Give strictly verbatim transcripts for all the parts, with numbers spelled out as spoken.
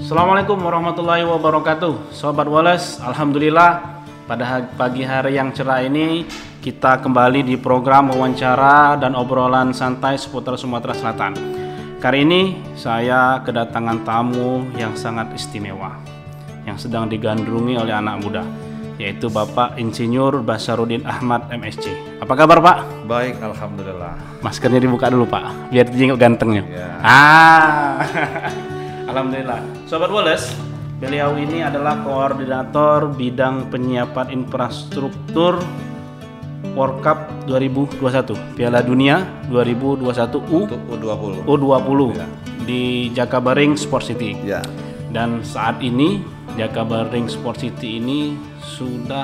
Assalamualaikum warahmatullahi wabarakatuh. Sobat Wallace, alhamdulillah pada pagi hari yang cerah ini kita kembali di program wawancara dan obrolan santai seputar Sumatera Selatan. Kali ini saya kedatangan tamu yang sangat istimewa yang sedang digandrungi oleh anak muda, yaitu Bapak Insinyur Basarudin Ahmad M Sc. Apa kabar Pak? Baik, alhamdulillah. Maskernya dibuka dulu Pak, biar jenguk gantengnya. Ya. Ah, alhamdulillah. Sobat Wallace, beliau ini adalah koordinator bidang penyiapan infrastruktur World Cup dua ribu dua puluh satu, Piala Dunia dua ribu dua puluh satu U U dua puluh, U dua puluh ya. Di Jakabaring Sport City. Ya. Dan saat ini Jakabaring Sport City ini sudah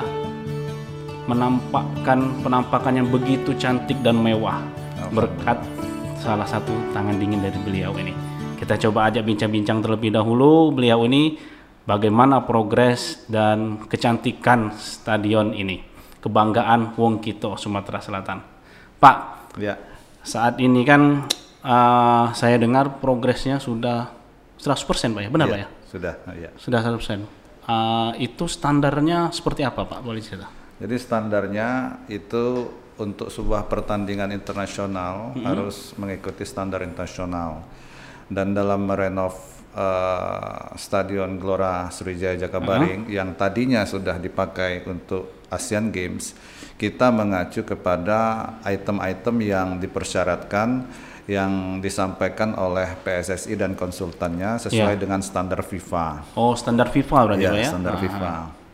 menampakkan penampakan yang begitu cantik dan mewah berkat salah satu tangan dingin dari beliau ini. Kita coba ajak bincang-bincang terlebih dahulu beliau ini bagaimana progres dan kecantikan stadion ini, kebanggaan Wong Kito Sumatera Selatan. Pak, ya. Saat ini kan uh, saya dengar progresnya sudah seratus persen Pak ya, benar ya, Pak ya? Sudah, ya. Sudah seratus persen. Uh, itu standarnya seperti apa Pak, boleh cerita? Jadi standarnya itu untuk sebuah pertandingan internasional mm-hmm. harus mengikuti standar internasional. Dan dalam merenov uh, Stadion Gelora Sriwijaya Jakabaring uh-huh. yang tadinya sudah dipakai untuk Asian Games, kita mengacu kepada item-item yang dipersyaratkan yang disampaikan oleh P S S I dan konsultannya sesuai yeah. dengan standar FIFA. Oh, standar FIFA berarti ya, Pak ya? Standar uh-huh. FIFA.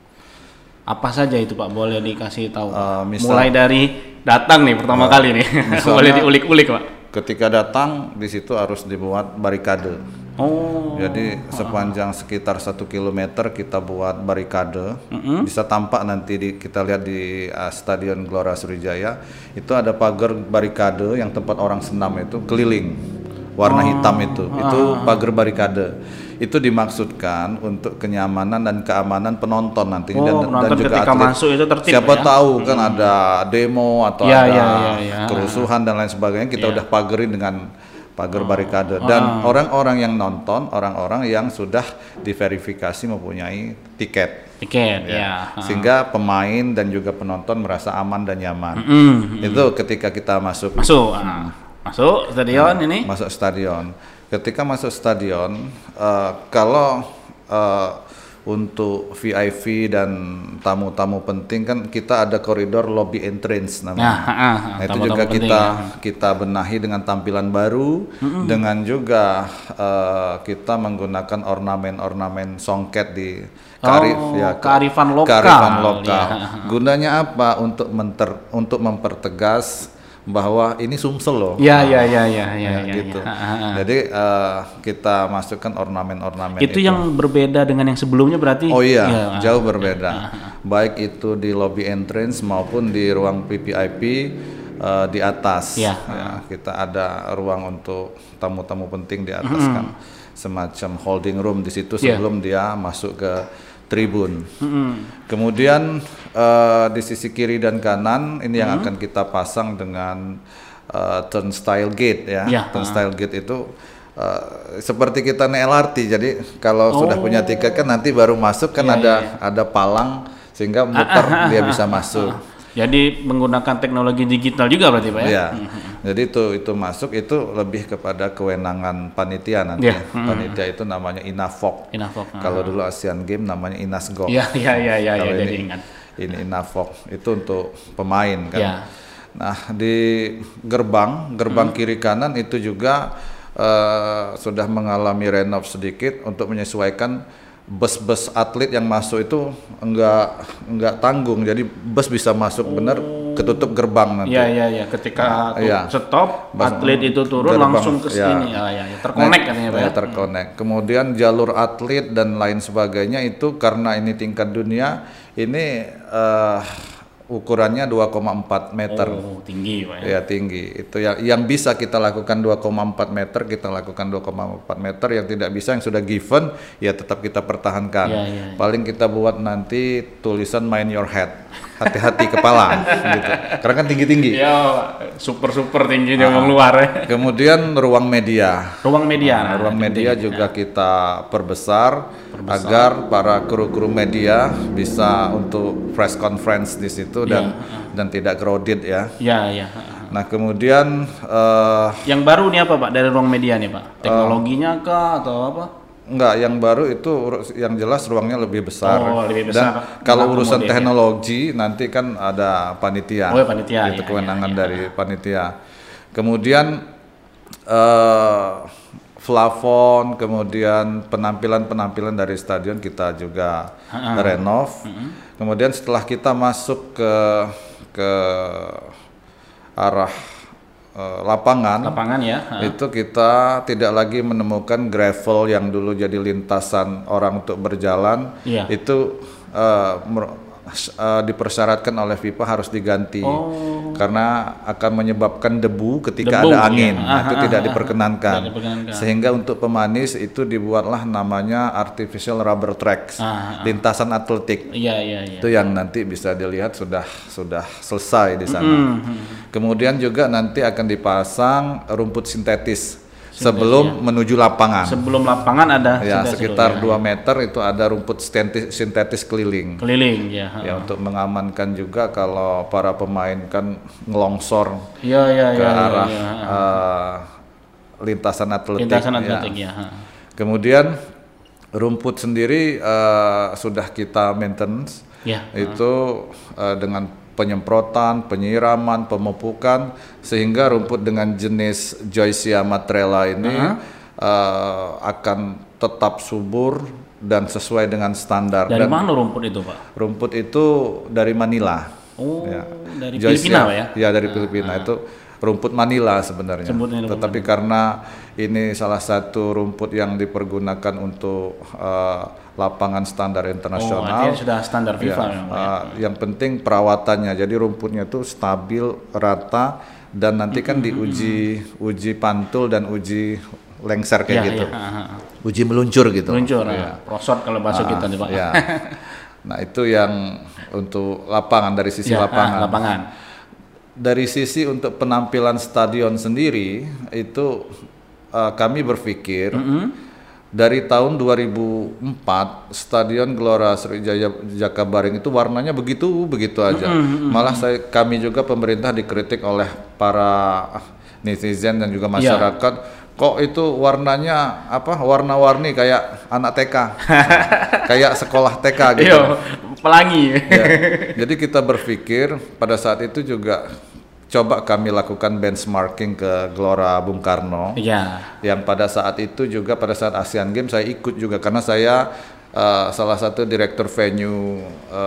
Apa saja itu Pak, boleh dikasih tahu? Uh, misal, Mulai dari datang nih pertama uh, kali nih, boleh diulik-ulik Pak. Ketika datang di situ harus dibuat barikade. Oh. Jadi sepanjang sekitar satu kilometer kita buat barikade. Mm-hmm. Bisa tampak nanti di, kita lihat di uh, Stadion Gelora Sriwijaya itu ada pagar barikade yang tempat orang senam itu keliling warna oh. hitam itu. Itu pagar barikade. Itu dimaksudkan untuk kenyamanan dan keamanan penonton nantinya oh, dan, dan juga atlet. Masuk itu tertib, siapa ya? tahu kan hmm. ada demo atau ya, ada ya, ya, ya. kerusuhan dan lain sebagainya, kita ya. udah pagerin dengan pagar oh. barikade dan oh. orang-orang yang nonton, orang-orang yang sudah diverifikasi mempunyai tiket. Tiket ya. ya. Sehingga pemain dan juga penonton merasa aman dan nyaman. Mm-hmm. Itu ketika kita masuk. Masuk. Hmm. Masuk stadion nah, ini. Masuk stadion. Ketika masuk stadion, uh, kalau uh, untuk V I P dan tamu-tamu penting kan kita ada koridor lobby entrance namanya. Nah, ah, ah, nah itu juga kita ya. kita benahi dengan tampilan baru, mm-hmm. dengan juga uh, kita menggunakan ornamen-ornamen songket di kearif, oh, ya, kearifan lokal. Kearifan lokal. Ya. Gunanya apa? Untuk menter, untuk mempertegas bahwa ini Sumsel loh. Ya, ya, ya, ya, ya, ya, gitu. Ya, ya. Jadi uh, kita masukkan ornamen-ornamen itu. Itu yang berbeda dengan yang sebelumnya berarti? Oh iya, ya, jauh berbeda. Ya, ya. Baik itu di lobby entrance maupun di ruang V V I P uh, di atas. Ya. Ya, kita ada ruang untuk tamu-tamu penting di atas hmm. kan, semacam holding room di situ sebelum ya. dia masuk ke tribun. Mm-hmm. Kemudian uh, di sisi kiri dan kanan ini yang mm-hmm. akan kita pasang dengan uh, turnstile gate ya. Yeah. Turnstile uh. gate itu uh, seperti kita naik L R T. Jadi kalau oh. sudah punya tiket kan nanti baru masuk kan yeah, ada yeah. ada palang sehingga muter ah, ah, dia ah, bisa ah, masuk. Ah. Jadi menggunakan teknologi digital juga berarti Pak ya? Iya. Mm-hmm. Jadi itu itu masuk itu lebih kepada kewenangan panitia nanti. Yeah. Mm-hmm. Panitia itu namanya Inafok. Inafok. Kalau dulu Asian Games namanya Inasgok. Iya iya iya iya ya, jadi ingat. Ini Inafok itu untuk pemain kan. Yeah. Nah, di gerbang gerbang mm-hmm. kiri kanan itu juga uh, sudah mengalami renov sedikit untuk menyesuaikan bus-bus atlet yang masuk itu enggak enggak tanggung, jadi bus bisa masuk oh. benar ketutup gerbang nanti. Iya iya iya, ketika nah, ya. stop atlet itu turun gerbang, langsung ke sini. Ya, ya, ya. Terkonek nah, katanya Pak ya. Terkonek. Kemudian jalur atlet dan lain sebagainya itu karena ini tingkat dunia, ini uh, ukurannya dua koma empat meter. Oh, tinggi Pak ya. Ya, tinggi. Itu yang yang bisa kita lakukan dua koma empat meter, kita lakukan dua koma empat meter, yang tidak bisa yang sudah given ya tetap kita pertahankan. Ya, ya, ya. Paling kita buat nanti tulisan mind your head. hati-hati kepala gitu. Karena kan tinggi-tinggi. Ya, super-super tinggi dia orang luar ya. Kemudian ruang media. Ruang media. Nah, Nah, ruang media juga ya. kita perbesar, perbesar agar para kru-kru media bisa untuk press conference di situ dan ya. dan tidak crowded ya. Ya, ya. Nah, kemudian uh, yang baru nih apa Pak dari ruang media nih Pak? Teknologinya uh, kah atau apa? Enggak, yang baru itu yang jelas ruangnya lebih besar. Oh, lebih besar. Dan kalau urusan teknologi ya. nanti kan ada panitia. Oh, ya, panitia. Itu ya, kewenangan ya, ya. dari panitia. Kemudian uh, plafon, kemudian penampilan-penampilan dari stadion kita juga uh-huh. renov. Uh-huh. Kemudian setelah kita masuk ke ke arah Uh, lapangan, lapangan ya. Uh. Itu kita tidak lagi menemukan gravel yang dulu jadi lintasan orang untuk berjalan. Yeah. Itu uh, mer- uh, dipersyaratkan oleh FIFA harus diganti oh. karena akan menyebabkan debu ketika debu, ada angin. Iya. Nah, itu tidak diperkenankan. Tidak diperkenankan. Sehingga untuk pemanis itu dibuatlah namanya artificial rubber tracks, aha. lintasan atletik. Iya, iya, iya. Itu yang nanti bisa dilihat sudah sudah selesai di sana. Mm-hmm. Kemudian juga nanti akan dipasang rumput sintetis, sintetis sebelum ya. menuju lapangan. Sebelum lapangan ada ya sekitar dua ya. meter itu ada rumput sintetis, sintetis keliling. Keliling ya. Ya untuk mengamankan juga kalau para pemain kan ngelongsor ya, ya, ke ya, arah ya, ya. Uh, lintasan atletik. Lintasan atletik ya. ya. Kemudian rumput sendiri uh, sudah kita maintenance. Ya. Itu uh, dengan penyemprotan, penyiraman, pemupukan sehingga rumput dengan jenis Joycia matrela ini uh-huh. uh, akan tetap subur dan sesuai dengan standar. Dari dan mana rumput itu Pak? Rumput itu dari Manila. Oh, ya. Dari Joycia, Filipina Pak ya? Ya dari uh-huh. Filipina itu rumput Manila sebenarnya. Rumput Tetapi Manila. Karena ini salah satu rumput yang dipergunakan untuk uh, lapangan standar internasional. Oh, sudah standar FIFA. Ya, uh, yang penting perawatannya. Jadi rumputnya itu stabil, rata, dan nanti kan mm-hmm. diuji uji pantul dan uji lengser kayak ya, gitu. Ya, uji meluncur gitu. Meluncur. Ya. Prosot kalau bahasa uh, kita nih Pak. Ya. Nah itu yang untuk lapangan dari sisi ya, lapangan. Uh, lapangan. Dari sisi untuk penampilan stadion sendiri itu uh, kami berpikir. Mm-hmm. Dari tahun dua ribu empat Stadion Gelora Sriwijaya Jakabaring itu warnanya begitu begitu aja. Mm-hmm. Malah saya kami juga pemerintah dikritik oleh para netizen dan juga masyarakat. Yeah. Kok itu warnanya apa warna-warni kayak anak T K, kayak sekolah T K gitu. Yo, pelangi. Ya. Jadi kita berpikir pada saat itu juga coba kami lakukan benchmarking ke Gelora Bung Karno. Iya. Yang pada saat itu juga pada saat Asian Games saya ikut juga karena saya uh, salah satu direktur venue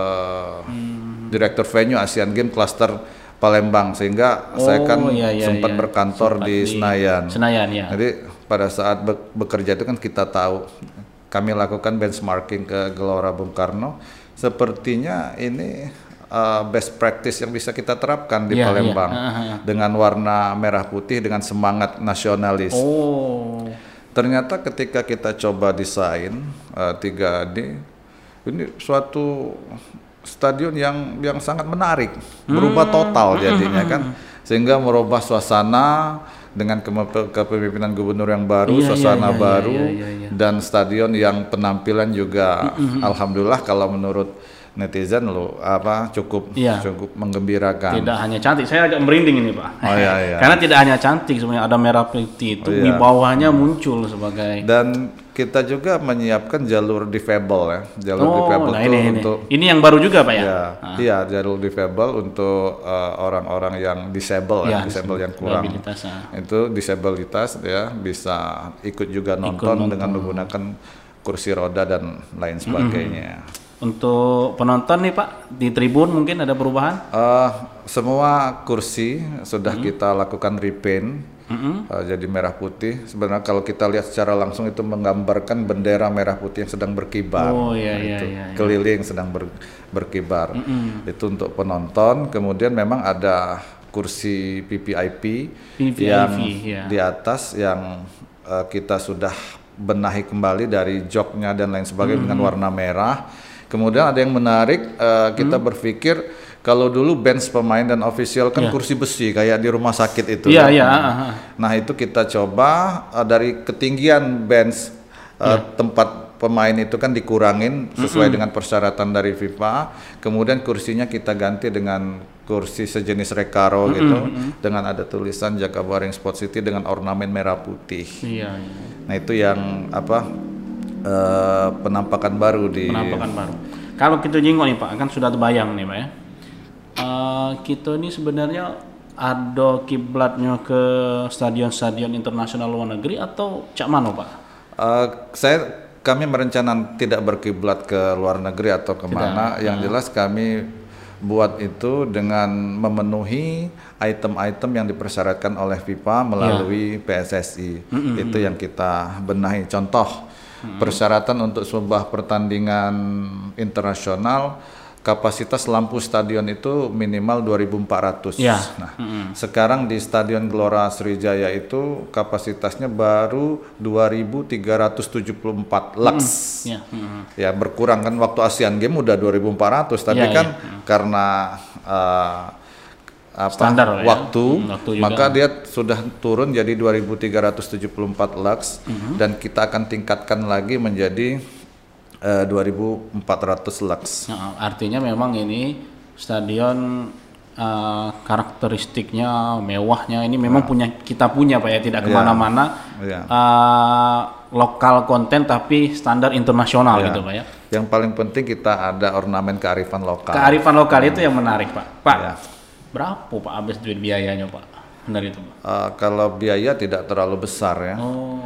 uh, hmm. direktur venue Asian Games Cluster Palembang sehingga oh, saya kan iya, iya, sempat iya. berkantor sempat di Senayan. Senayan ya. Jadi pada saat be- bekerja itu kan kita tahu kami lakukan benchmarking ke Gelora Bung Karno. Sepertinya ini Uh, best practice yang bisa kita terapkan di yeah, Palembang yeah. Uh-huh. dengan warna merah putih dengan semangat nasionalis. Oh. Ternyata ketika kita coba desain uh, tiga D, ini suatu stadion yang yang sangat menarik, berubah total jadinya kan, sehingga merubah suasana dengan kepemimpinan gubernur yang baru, yeah, suasana yeah, yeah, baru, yeah, yeah, yeah. dan stadion yang penampilan juga, mm-hmm. alhamdulillah kalau menurut netizen lo apa cukup ya. cukup menggembirakan. Tidak hanya cantik, saya agak merinding ini Pak. Oh iya iya. Karena tidak hanya cantik, sebenarnya ada merah putih itu oh, iya. di bawahnya muncul sebagai. Dan kita juga menyiapkan jalur difabel ya, jalur oh, difabel nah itu ini, untuk. Ini yang baru juga Pak ya? Iya, ah. iya jalur difabel untuk uh, orang-orang yang disable ya, ya disable yang kurang. Ah. Itu disabilitas ya bisa ikut juga nonton, ikut nonton dengan menggunakan kursi roda dan lain sebagainya. Mm-hmm. Untuk penonton nih Pak, di tribun mungkin ada perubahan? Uh, semua kursi sudah mm-hmm. kita lakukan repaint, mm-hmm. uh, jadi merah putih. Sebenarnya kalau kita lihat secara langsung itu menggambarkan bendera merah putih yang sedang berkibar. Oh iya nah, iya, itu iya, iya. keliling sedang ber, berkibar. Mm-hmm. Itu untuk penonton. Kemudian memang ada kursi V V I P, V V I P yang ya. di atas yang uh, kita sudah benahi kembali dari joknya dan lain sebagainya mm-hmm. dengan warna merah. Kemudian ada yang menarik, uh, kita hmm. berpikir kalau dulu bench pemain dan official kan yeah. kursi besi kayak di rumah sakit itu. Iya, yeah, iya. Yeah. Yeah. Nah itu kita coba uh, dari ketinggian bench uh, yeah. tempat pemain itu kan dikurangin sesuai mm-hmm. dengan persyaratan dari FIFA. Kemudian kursinya kita ganti dengan kursi sejenis Recaro mm-hmm. gitu, dengan ada tulisan Jakabaring Sport City dengan ornamen merah putih. Iya. iya. Nah itu yang apa uh, penampakan baru di. Penampakan baru. Kalau kita jengok nih Pak, kan sudah terbayang nih Pak ya. Uh, kita ini sebenarnya ada kiblatnya ke stadion-stadion internasional luar negeri atau cak mana Pak? Uh, saya kami merencanakan tidak berkiblat ke luar negeri atau kemana. Tidak. Yang jelas kami buat itu dengan memenuhi item-item yang dipersyaratkan oleh FIFA melalui ya. P S S I. Mm-hmm. Itu yang kita benahi. Contoh mm-hmm. persyaratan untuk sebuah pertandingan internasional, kapasitas lampu stadion itu minimal dua ribu empat ratus. Ya. Nah, mm-hmm. sekarang di Stadion Gelora Sriwijaya itu kapasitasnya baru dua ribu tiga ratus tujuh puluh empat lux. Mm-hmm. Yeah. Mm-hmm. Ya, berkurang kan waktu Asian Games udah dua ribu empat ratus, tapi yeah, kan yeah. Mm-hmm. karena uh, apa standar waktu, ya. waktu maka dia sudah turun jadi dua ribu tiga ratus tujuh puluh empat lux mm-hmm. dan kita akan tingkatkan lagi menjadi Uh, dua ribu empat ratus lux. Nah, artinya memang ini stadion uh, karakteristiknya mewahnya ini memang nah. punya kita punya Pak ya, tidak kemana-mana yeah. Yeah. Uh, lokal konten tapi standar internasional yeah. gitu Pak ya. Yang paling penting kita ada ornamen kearifan lokal. Kearifan lokal hmm. itu yang menarik Pak. Pak, yeah. berapa Pak habis duit biayanya Pak? Benar itu Pak? Uh, kalau biaya tidak terlalu besar ya. Oh.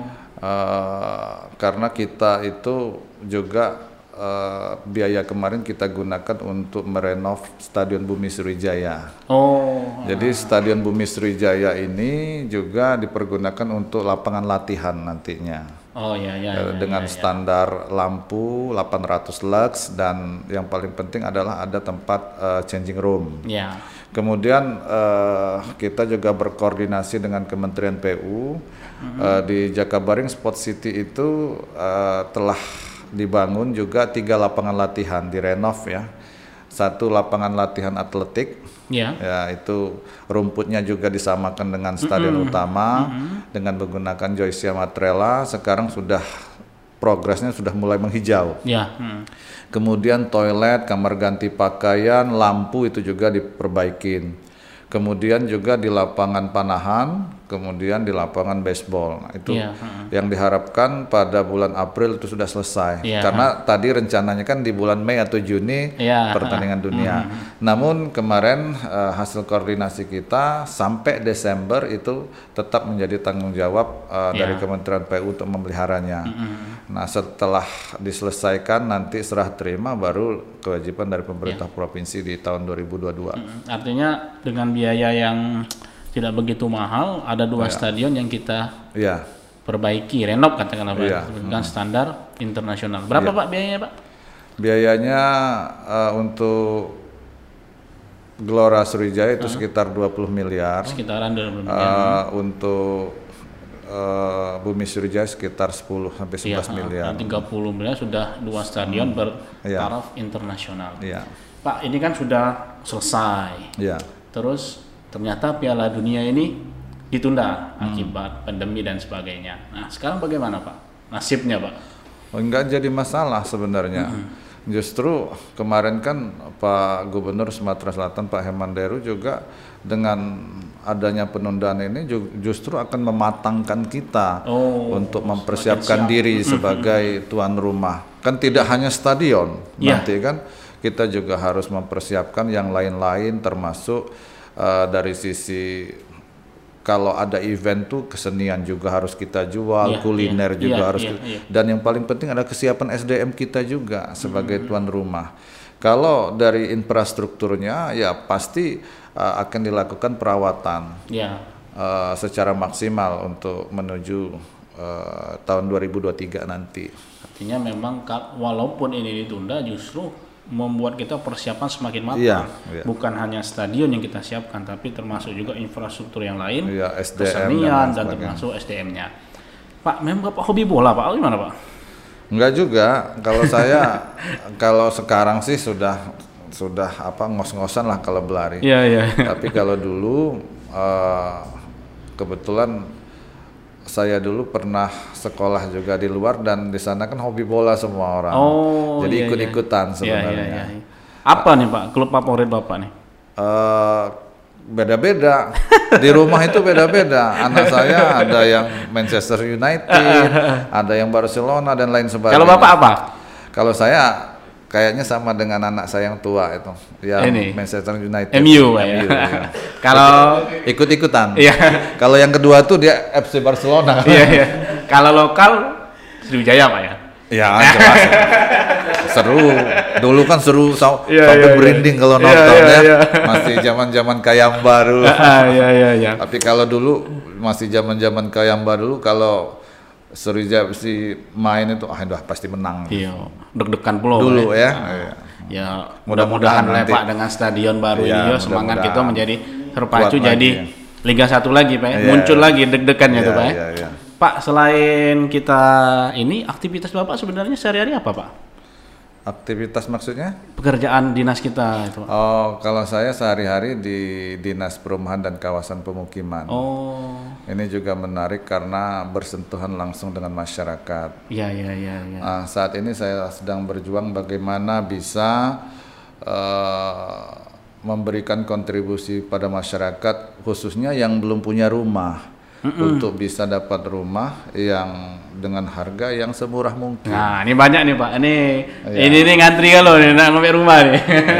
Uh, karena kita itu juga uh, biaya kemarin kita gunakan untuk merenov Stadion Bumi Sriwijaya. Oh. Jadi Stadion Bumi Sriwijaya ini juga dipergunakan untuk lapangan latihan nantinya. Oh ya ya. Uh, ya dengan ya, ya. standar lampu delapan ratus lux dan yang paling penting adalah ada tempat uh, changing room. Ya. Kemudian uh, kita juga berkoordinasi dengan Kementerian P U. Mm-hmm. Uh, di Jakabaring Sport City itu uh, telah dibangun juga tiga lapangan latihan, direnov ya. Satu lapangan latihan atletik, yeah. ya itu rumputnya juga disamakan dengan stadion mm-hmm. utama mm-hmm. dengan menggunakan Joycia Matrela. Sekarang sudah progresnya sudah mulai menghijau. Yeah. Mm. Kemudian toilet, kamar ganti pakaian, lampu itu juga diperbaikin. Kemudian juga di lapangan panahan, kemudian di lapangan baseball. Nah, itu yeah, uh-uh. yang diharapkan pada bulan April itu sudah selesai. Yeah, Karena uh. tadi rencananya kan di bulan Mei atau Juni yeah, pertandingan uh, dunia. Uh, Namun kemarin uh, hasil koordinasi kita sampai Desember itu tetap menjadi tanggung jawab uh, yeah. dari Kementerian P U untuk memeliharanya. Uh, nah setelah diselesaikan nanti serah terima baru kewajiban dari pemerintah yeah. provinsi di tahun dua ribu dua puluh dua. Uh, artinya dengan biaya yang tidak begitu mahal, ada dua yeah. stadion yang kita yeah. perbaiki, renov katakanlah Pak, yeah. dengan mm. standar internasional. Berapa yeah. Pak biayanya Pak? Biayanya uh, untuk Gelora Sriwijaya itu uh-huh. sekitar dua puluh miliar. Sekitaran dua puluh miliar. Uh, untuk uh, Bumi Sriwijaya sekitar sepuluh sampai sebelas yeah, miliar. tiga puluh miliar sudah dua stadion hmm. bertaraf yeah. internasional. Yeah. Pak, ini kan sudah selesai. Yeah. Terus ternyata Piala Dunia ini ditunda hmm. akibat pandemi dan sebagainya. Nah, sekarang bagaimana Pak? Nasibnya Pak? Oh, enggak jadi masalah sebenarnya. Hmm. Justru kemarin kan Pak Gubernur Sumatera Selatan Pak Hemanderu juga dengan adanya penundaan ini justru akan mematangkan kita oh, untuk mempersiapkan diri sebagai tuan rumah. Kan tidak hanya stadion, yeah. nanti kan kita juga harus mempersiapkan yang lain-lain termasuk uh, dari sisi kalau ada event tuh kesenian juga harus kita jual, yeah, kuliner yeah, juga yeah, harus yeah, yeah. dan yang paling penting ada kesiapan S D M kita juga sebagai mm-hmm. tuan rumah. Kalau dari infrastrukturnya ya pasti uh, akan dilakukan perawatan yeah. uh, secara maksimal untuk menuju uh, tahun dua ribu dua puluh tiga nanti. Artinya memang walaupun ini ditunda justru membuat kita persiapan semakin matang, iya, iya. bukan hanya stadion yang kita siapkan, tapi termasuk juga infrastruktur yang lain, iya, S D M kesenian dan, dan termasuk S D M-nya. Pak, memang Bapak hobi bola Pak, gimana Pak? Enggak juga. Kalau saya kalau sekarang sih sudah sudah apa ngos-ngosan lah kalau berlari. Iya, iya. Tapi kalau dulu uh, kebetulan saya dulu pernah sekolah juga di luar dan di sana kan hobi bola semua orang. Oh, jadi iya, ikut-ikutan iya. sebenarnya. Iya, iya, iya. Apa nih Pak klub favorit Bapak nih? Uh, beda-beda. Di rumah itu beda-beda. Anak saya ada yang Manchester United, ada yang Barcelona dan lain sebagainya. Kalau Bapak apa? Kalau saya kayaknya sama dengan anak saya yang tua itu, yang Ini. Manchester United. M U, Pak, ya. Kalau ikut-ikutan. Iya. Kalau yang kedua tuh dia F C Barcelona. Iya, iya. Kalau lokal Sriwijaya Pak ya. Ya jelas. Seru. Dulu kan seru sa Iya, sampai iya, merinding iya. kalau Iya, nonton iya, ya. iya. Masih zaman-zaman Kayamba dulu. Ah, iya, iya, iya. Tapi kalau dulu masih zaman-zaman Kayamba dulu kalau Sriwijaya si main itu ah udah pasti menang. Iya, deg-degan pula Dulu Pak, ya. Ah. Iya. Ya, Mudah-mudahan mudah-mudahan lah nanti. Pak dengan stadion baru Iya, ini yo semangat mudah-mudahan. kita menjadi terpacu Kuat jadi lagi, Liga satu lagi Pak. ya. Iya. Muncul lagi deg-degannya Iya, tuh Pak. ya. iya, iya. Pak, selain kita ini aktivitas Bapak sebenarnya sehari-hari apa Pak? Aktivitas maksudnya? Pekerjaan dinas kita itu Pak. Oh, kalau saya sehari-hari di Dinas Perumahan dan Kawasan Pemukiman. Oh, Ini juga menarik karena bersentuhan langsung dengan masyarakat. iya, iya, iya, iya. Nah, saat ini saya sedang berjuang bagaimana bisa uh, memberikan kontribusi pada masyarakat, khususnya yang belum punya rumah, Mm-mm. untuk bisa dapat rumah yang dengan harga yang semurah mungkin. Nah, ini banyak nih Pak. Ini Iya. ini nih ngantri kalau nih nak sampai rumah nih.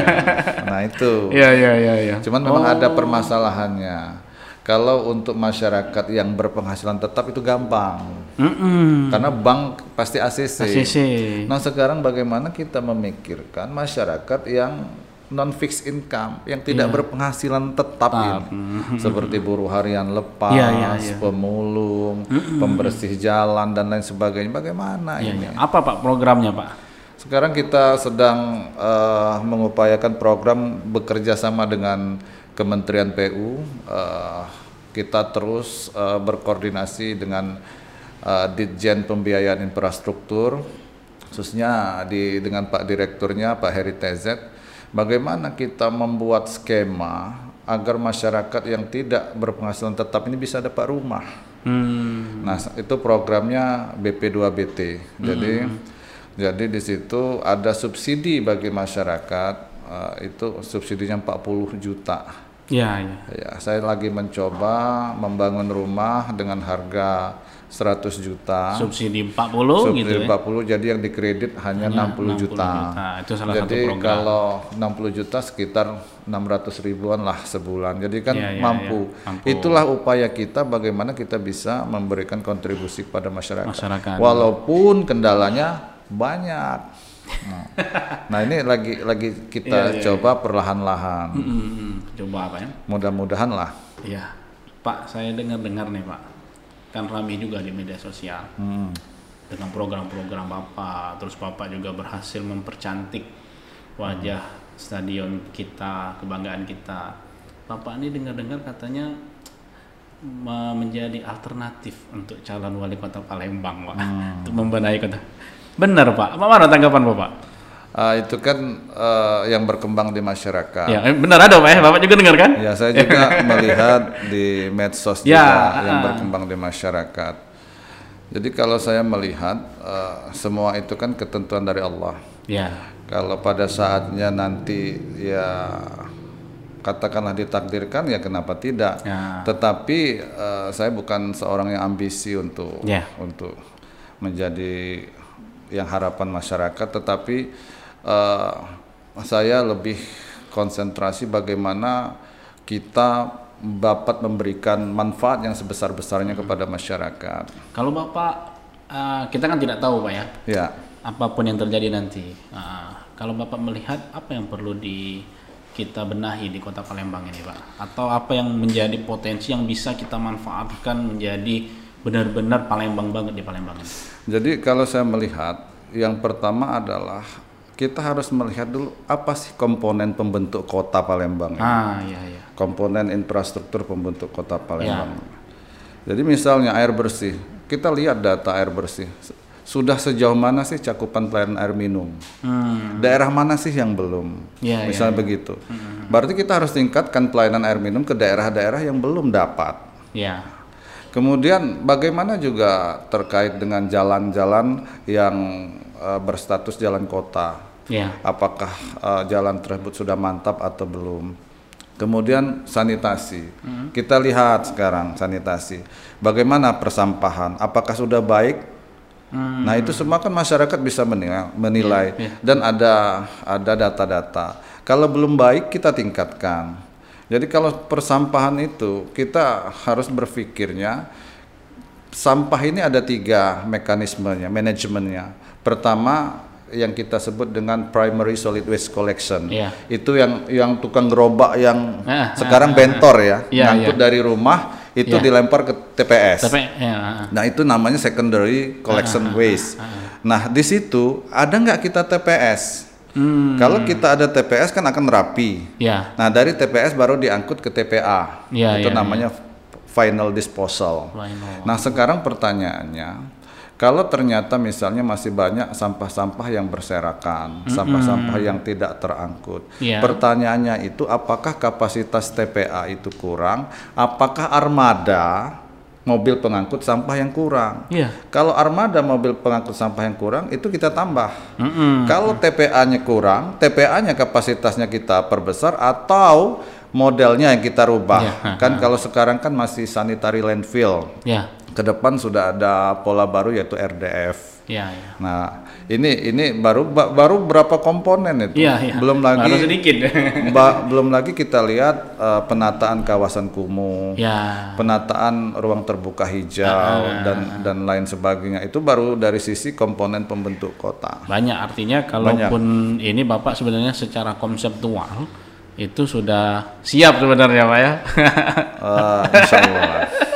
Nah itu. Iya, iya, iya, iya. Cuman memang Oh. ada permasalahannya. Kalau untuk masyarakat yang berpenghasilan tetap itu gampang. Mm-mm. Karena bank pasti A C C. A C C. Nah sekarang bagaimana kita memikirkan masyarakat yang non fixed income, yang tidak Iya. berpenghasilan tetap Tetap. ini, seperti buruh harian lepas, Iya, iya, iya. pemulung, pembersih jalan dan lain sebagainya. Bagaimana Iya, ini? iya. Apa Pak programnya Pak? Sekarang kita sedang eh, mengupayakan program bekerja sama dengan Kementerian P U. Eh, kita terus eh, berkoordinasi dengan eh, Ditjen Pembiayaan Infrastruktur, khususnya di dengan Pak Direkturnya Pak Heri T Z. Bagaimana kita membuat skema agar masyarakat yang tidak berpenghasilan tetap ini bisa dapat rumah. Hmm. Nah, itu programnya B P dua B T. Jadi Hmm. jadi di situ ada subsidi bagi masyarakat, uh, itu subsidinya empat puluh juta. Iya, iya. Ya, saya lagi mencoba membangun rumah dengan harga seratus juta. Subsidi empat puluh Subsidi gitu ya. empat puluh, jadi yang dikredit hanya, Hanya enam puluh enam puluh juta. juta. Itu salah Jadi satu program. kalau enam puluh juta sekitar enam ratus ribuan lah sebulan. Jadi kan Iya, iya, mampu. iya. Mampu. Itulah upaya kita bagaimana kita bisa memberikan kontribusi kepada masyarakat. Masyarakat. Walaupun kendalanya banyak. Nah, nah ini lagi lagi kita Iya, iya, coba perlahan-lahan. Hmm, hmm, hmm. Coba apa ya? Mudah-mudahan lah. Iya. Pak, saya dengar-dengar nih Pak. Kan ramai juga di media sosial. Hmm. Dengan program-program Bapak, terus Bapak juga berhasil mempercantik wajah stadion kita, kebanggaan kita. Bapak ini dengar-dengar katanya me- menjadi alternatif untuk calon wali kota Palembang, Pak, untuk membenahi kota. Benar, Pak. Apa mana tanggapan Bapak? Ah, itu kan eh, yang berkembang di masyarakat. Ya, eh, benar ada, Pak ya. Bapak juga dengar kan? Ya, saya juga melihat di medsos Ya, juga yang ah. berkembang di masyarakat. Jadi kalau saya melihat eh, semua itu kan ketentuan dari Allah. Ya. Kalau pada saatnya nanti ya katakanlah ditakdirkan ya kenapa tidak. Ya. Tetapi eh, saya bukan seorang yang ambisi untuk Ya. untuk menjadi yang harapan masyarakat, tetapi eh, saya lebih konsentrasi bagaimana kita dapat memberikan manfaat yang sebesar-besarnya kepada masyarakat. Kalau Bapak, eh, kita kan tidak tahu, Pak ya. Ya. Apapun yang terjadi nanti. Nah, kalau Bapak melihat apa yang perlu di kita benahi di Kota Palembang ini, Pak? Atau apa yang menjadi potensi yang bisa kita manfaatkan menjadi benar-benar Palembang banget di Palembang ini? Jadi kalau saya melihat, yang pertama adalah kita harus melihat dulu apa sih komponen pembentuk Kota Palembang ini. Ah, iya, iya. Komponen infrastruktur pembentuk Kota Palembang. Jadi misalnya air bersih, kita lihat data air bersih. sudah sejauh mana sih cakupan pelayanan air minum? Hmm. Daerah mana sih yang belum? Ya, Misalnya ya, ya. begitu. Hmm. Berarti kita harus tingkatkan pelayanan air minum ke daerah-daerah yang belum dapat. Ya. Kemudian bagaimana juga terkait dengan jalan-jalan yang uh, berstatus jalan kota? Ya. Apakah uh, jalan tersebut sudah mantap atau belum? Kemudian sanitasi. Hmm. Kita lihat sekarang sanitasi. Bagaimana persampahan? Apakah sudah baik? Hmm. Nah itu semua kan masyarakat bisa menilai, menilai. Yeah, yeah. Dan ada ada data-data. Kalau belum baik kita tingkatkan. Jadi kalau persampahan itu kita harus berpikirnya sampah ini ada tiga mekanismenya, manajemennya. Pertama yang kita sebut dengan primary solid waste collection. Yeah. Itu yang yang tukang gerobak yang ah, sekarang ah, bentor ya, yeah, ngangkut yeah. dari rumah. Itu yeah. dilempar ke T P S. T P, yeah. Nah itu namanya secondary collection uh, uh, waste. Uh, uh, uh. Nah di situ ada nggak kita T P S? Hmm. Kalau kita ada T P S kan akan rapi. Yeah. Nah dari T P S baru diangkut ke T P A. Yeah, itu yeah, namanya yeah. final disposal. Final. Nah sekarang pertanyaannya, kalau ternyata misalnya masih banyak sampah-sampah yang berserakan, mm-hmm. sampah-sampah yang tidak terangkut. Yeah. Pertanyaannya itu apakah kapasitas T P A itu kurang? Apakah armada mobil pengangkut sampah yang kurang? Yeah. Kalau armada mobil pengangkut sampah yang kurang, itu kita tambah. Mm-hmm. Kalau T P A-nya kurang, T P A-nya kapasitasnya kita perbesar atau modelnya yang kita rubah. Yeah. Kan kalau sekarang kan masih sanitary landfill. Yeah. Ke depan sudah ada pola baru yaitu R D F. Ya, ya. Nah, ini ini baru ba, baru berapa komponen itu. Ya, ya. Belum lagi baru sedikit. ba, belum lagi kita lihat uh, penataan kawasan kumuh, ya. penataan ruang terbuka hijau ah, dan ah, dan lain sebagainya. Itu baru dari sisi komponen pembentuk kota. Banyak artinya kalaupun Banyak. Ini Bapak sebenarnya secara konseptual itu sudah siap sebenarnya Pak ya. uh, insya Allah.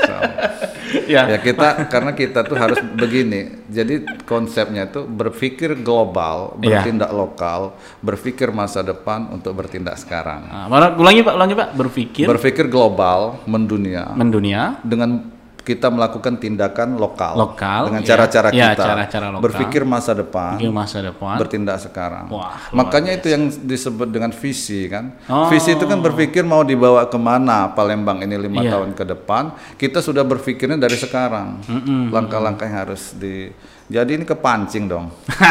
Ya. ya kita karena kita tuh harus begini. Jadi konsepnya tuh berpikir global, bertindak ya. lokal, berpikir masa depan untuk bertindak sekarang. Nah, ulangi Pak, ulangi Pak. Berpikir berpikir global, mendunia. Mendunia dengan kita melakukan tindakan lokal, lokal dengan cara-cara ya. kita, ya, cara-cara lokal. Berpikir masa depan, berpikir masa depan, bertindak sekarang. Wah, makanya biasa. Itu yang disebut dengan visi kan. Oh. Visi itu kan berpikir mau dibawa kemana Palembang ini lima yeah. tahun ke depan. Kita sudah berpikirnya dari sekarang. Mm-mm. Langkah-langkah yang harus di. Jadi ini kepancing dong.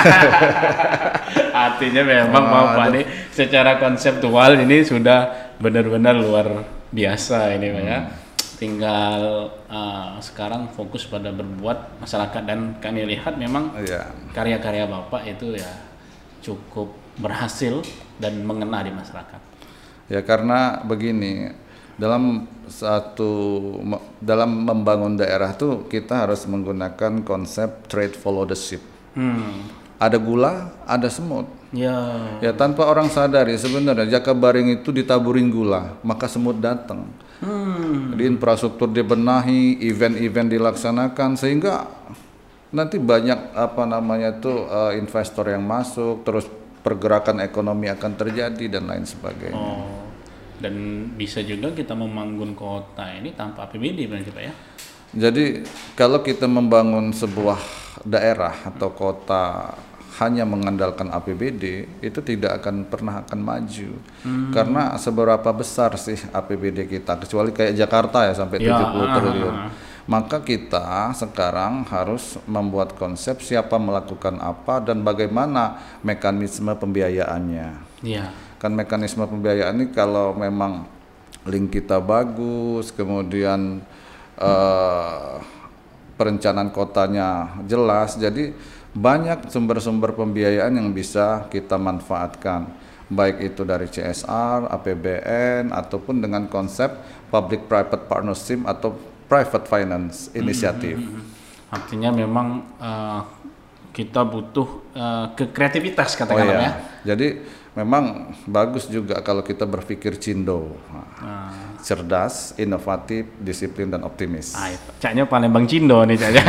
Artinya memang oh, Pak ini secara konseptual ini sudah benar-benar luar biasa ini Pak hmm. ya. Tinggal uh, sekarang fokus pada berbuat masyarakat dan kami lihat memang yeah. karya-karya Bapak itu ya cukup berhasil dan mengena di masyarakat. Ya karena begini, dalam satu dalam membangun daerah tuh kita harus menggunakan konsep trade follow the ship. Hmm. Ada gula, ada semut. Ya. Ya tanpa orang sadari sebenarnya Jakabaring itu ditaburin gula, maka semut datang. Hmm. Di infrastruktur dibenahi, event-event dilaksanakan sehingga nanti banyak apa namanya tuh uh, investor yang masuk, terus pergerakan ekonomi akan terjadi dan lain sebagainya. Oh. Dan bisa juga kita membangun kota ini tanpa A P B D berarti Pak ya? Jadi kalau kita membangun sebuah daerah atau kota hanya mengandalkan A P B D itu tidak akan pernah akan maju. Hmm. Karena seberapa besar sih A P B D kita, kecuali kayak Jakarta ya sampai ya, tujuh puluh triliun. Maka kita sekarang harus membuat konsep siapa melakukan apa dan bagaimana mekanisme pembiayaannya. Ya. Kan mekanisme pembiayaan ini kalau memang link kita bagus, kemudian uh, perencanaan kotanya jelas, jadi banyak sumber-sumber pembiayaan yang bisa kita manfaatkan, baik itu dari C S R, A P B N, ataupun dengan konsep public-private partnership atau private finance initiative. Hmm, artinya memang uh, kita butuh uh, kekreativitas katakanlah oh, iya. ya. Jadi memang bagus juga kalau kita berpikir cindo, nah, uh. cerdas, inovatif, disiplin dan optimis. Ah, caknya Palembang cindo nih caknya.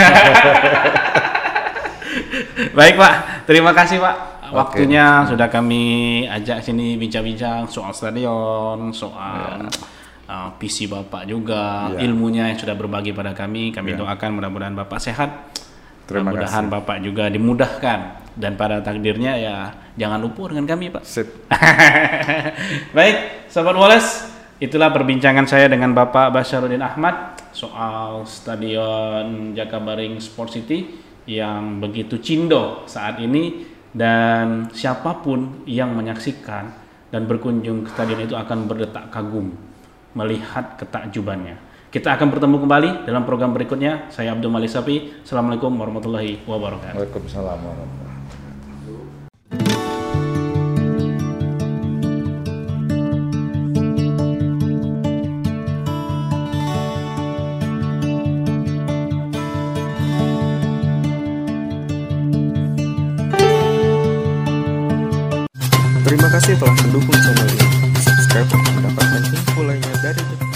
Baik Pak, terima kasih Pak. Waktunya okay. sudah kami ajak sini bincang-bincang soal stadion, soal yeah. uh, visi Bapak juga, yeah. ilmunya yang sudah berbagi pada kami. Kami yeah. doakan mudah-mudahan Bapak sehat, Terima Mudah-mudahan kasih. Bapak juga dimudahkan dan pada takdirnya ya jangan lupa dengan kami, Pak. Sip. Baik, Sobat Wallace, itulah perbincangan saya dengan Bapak Basyaruddin Ahmad soal Stadion Jakabaring Sport City yang begitu cindo saat ini, dan siapapun yang menyaksikan dan berkunjung ke stadion itu akan berdetak kagum melihat ketakjubannya. Kita akan bertemu kembali dalam program berikutnya. Saya Abdul Malik Sapi. Assalamualaikum warahmatullahi wabarakatuh. Waalaikumsalam warahmatullahi wabarakatuh. Terima kasih telah mendukung channel ini. Subscribe untuk mendapatkan info lainnya dari